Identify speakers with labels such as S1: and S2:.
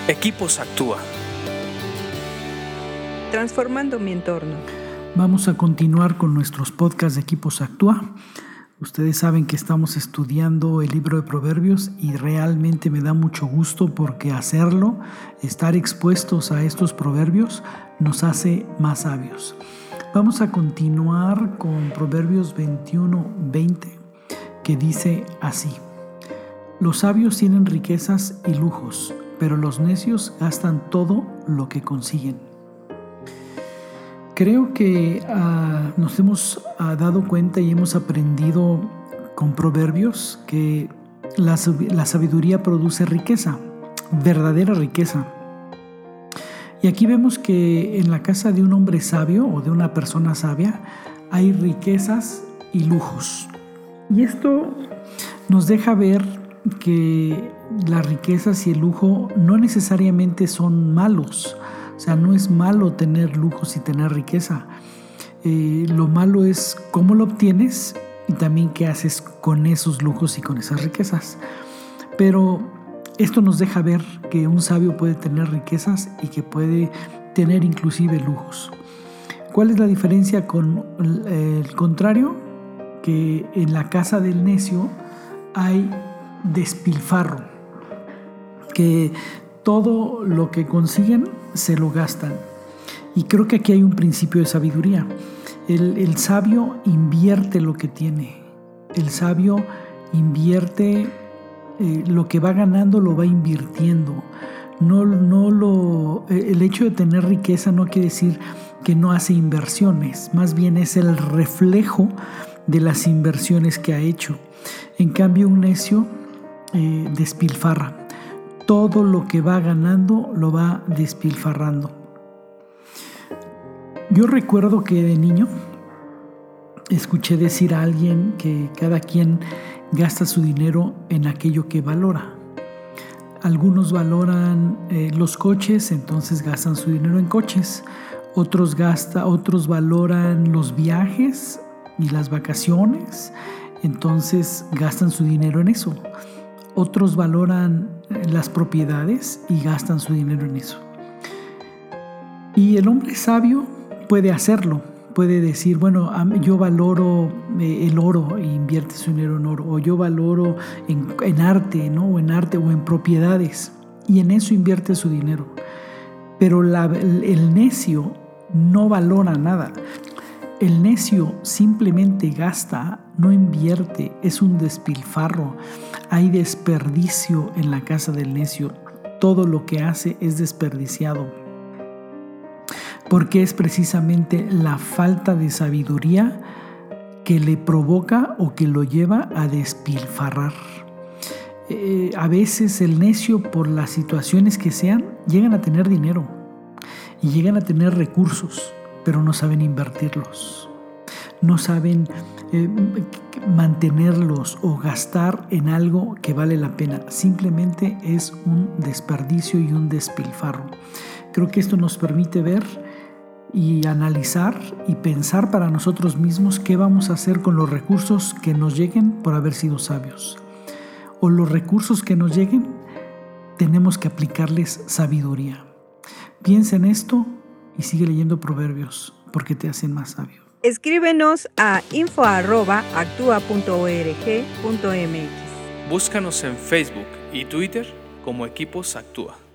S1: Equipos Actúa.
S2: Transformando mi entorno.
S3: Vamos a continuar con nuestros podcasts de Equipos Actúa. Ustedes saben que estamos estudiando el libro de Proverbios y realmente me da mucho gusto porque hacerlo, estar expuestos a estos proverbios, nos hace más sabios. Vamos a continuar con Proverbios 21:20, que dice así: Los sabios tienen riquezas y lujos, pero los necios gastan todo lo que consiguen. Creo que nos hemos dado cuenta y hemos aprendido con proverbios que la sabiduría produce riqueza, verdadera riqueza. Y aquí vemos que en la casa de un hombre sabio o de una persona sabia hay riquezas y lujos. Y esto nos deja ver que las riquezas y el lujo no necesariamente son malos. O sea, no es malo tener lujos y tener riqueza. Lo malo es cómo lo obtienes y también qué haces con esos lujos y con esas riquezas. Pero esto nos deja ver que un sabio puede tener riquezas y que puede tener inclusive lujos. ¿Cuál es la diferencia con el contrario? Que en la casa del necio hay despilfarro, que todo lo que consiguen se lo gastan. Y creo que aquí hay un principio de sabiduría. El sabio invierte lo que tiene. El sabio invierte lo que va ganando, lo va invirtiendo. El hecho de tener riqueza no quiere decir que no hace inversiones. Más bien es el reflejo de las inversiones que ha hecho. En cambio, un necio despilfarra. Todo lo que va ganando lo va despilfarrando. Yo recuerdo que de niño escuché decir a alguien que cada quien gasta su dinero en aquello que valora. Algunos valoran los coches, entonces gastan su dinero en coches. Otros valoran los viajes y las vacaciones, entonces gastan su dinero en eso. Otros valoran las propiedades y gastan su dinero en eso. Y el hombre sabio puede hacerlo, puede decir, bueno, yo valoro el oro e invierte su dinero en oro, o yo valoro en arte, ¿no? O en propiedades, y en eso invierte su dinero. Pero el necio no valora nada. El necio simplemente gasta, no invierte, es un despilfarro. Hay desperdicio en la casa del necio. Todo lo que hace es desperdiciado. Porque es precisamente la falta de sabiduría que le provoca o que lo lleva a despilfarrar. A veces el necio, por las situaciones que sean, llegan a tener dinero y llegan a tener recursos, pero no saben invertirlos, no saben mantenerlos o gastar en algo que vale la pena. Simplemente es un desperdicio y un despilfarro. Creo que esto nos permite ver y analizar y pensar para nosotros mismos qué vamos a hacer con los recursos que nos lleguen por haber sido sabios. O los recursos que nos lleguen, tenemos que aplicarles sabiduría. Piensa en esto y sigue leyendo proverbios porque te hacen más sabio.
S2: Escríbenos a info@actua.org.mx.
S1: Búscanos en Facebook y Twitter como Equipos Actúa.